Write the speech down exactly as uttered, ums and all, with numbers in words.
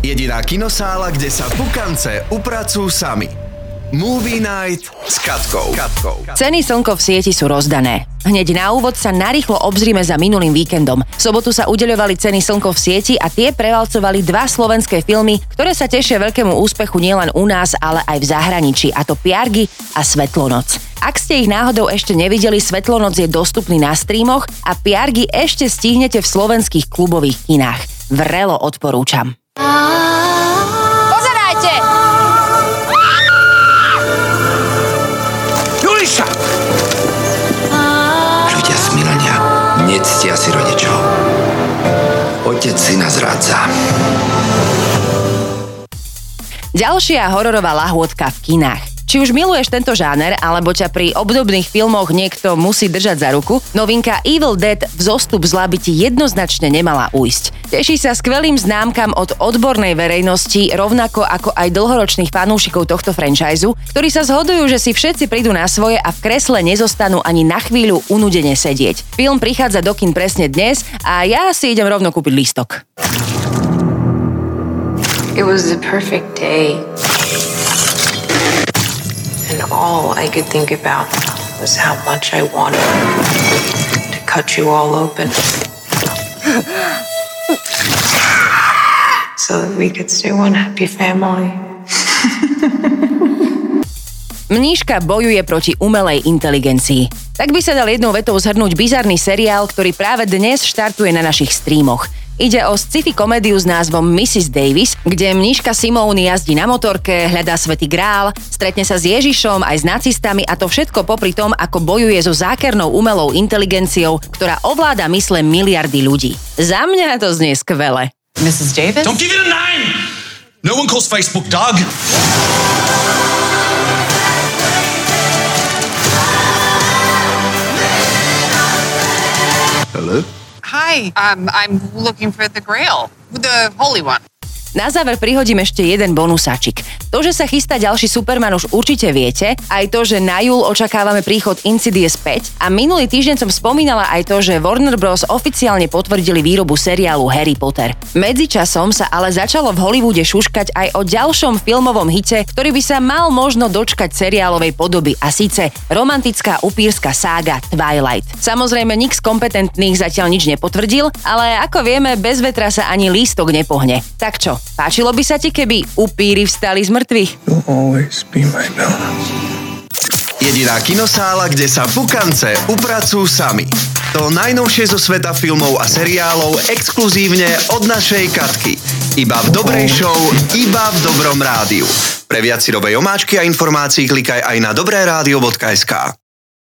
Jediná kinosála, kde sa pukance upracujú sami. Movie Night s Katkou. Katkou. Ceny Slnko v sieti sú rozdané. Hneď na úvod sa narýchlo obzrime za minulým víkendom. V sobotu sa udeľovali ceny Slnko v sieti a tie prevalcovali dva slovenské filmy, ktoré sa tešia veľkému úspechu nielen u nás, ale aj v zahraničí, a to Piargy a Svetlonoc. Ak ste ich náhodou ešte nevideli, Svetlonoc je dostupný na streamoch a Piargy ešte stihnete v slovenských klubových kinách. Vrelo odporúčam. Pozerajte! Juliša! Ľudia z milenia nectia si rodičov. Otec syna zrádza. Ďalšia hororová lahôdka v kinách. Či už miluješ tento žáner, alebo ťa pri obdobných filmoch niekto musí držať za ruku, novinka Evil Dead Vzostup zla by ti jednoznačne nemala ujsť. Teší sa skvelým známkam od odbornej verejnosti, rovnako ako aj dlhoročných fanúšikov tohto franchise, ktorí sa zhodujú, že si všetci prídu na svoje a v kresle nezostanú ani na chvíľu unudene sedieť. Film prichádza do kin presne dnes a ja si idem rovno kúpiť lístok. It was the perfect day. And all I could think about was how much I wanted to cut you all open. So that we could stay one happy family. Mníška bojuje proti umelej inteligencii. Tak by sa dal jednou vetou zhrnúť bizarný seriál, ktorý práve dnes štartuje na našich streamoch. Ide o sci-fi komédiu s názvom missus Davis, kde mníška Simone jazdí na motorke, hľadá svätý grál, stretne sa s Ježišom aj s nacistami, a to všetko popri tom, ako bojuje so zákernou umelou inteligenciou, ktorá ovláda mysle miliardy ľudí. Za mňa to znie skvele. missus Davis? Don't give it a name! No one calls Facebook Doug. Hello? Hi, um, I'm looking for the Grail, the Holy One. Na záver prihodím ešte jeden bonusáčik. To, že sa chystá ďalší Superman, už určite viete, aj to, že na júl očakávame príchod Insidious päť, a minulý týždeň som spomínala aj to, že Warner Bros. Oficiálne potvrdili výrobu seriálu Harry Potter. Medzičasom sa ale začalo v Hollywoode šuškať aj o ďalšom filmovom hite, ktorý by sa mal možno dočkať seriálovej podoby, a síce romantická upírska sága Twilight. Samozrejme, nik z kompetentných zatiaľ nič nepotvrdil, ale ako vieme, bez vetra sa ani lístok nepohne. Tak čo? Páčilo by sa ti, keby upíry vstali z mŕtvych? You'll always be my Bella. Jediná kinosála, kde sa pukance upracujú sami. To najnovšie zo sveta filmov a seriálov exkluzívne od našej Katky. Iba v dobrej show, iba v dobrom rádiu. Pre viac si dobej omáčky a informácií klikaj aj na dobré rádio bodka es ká.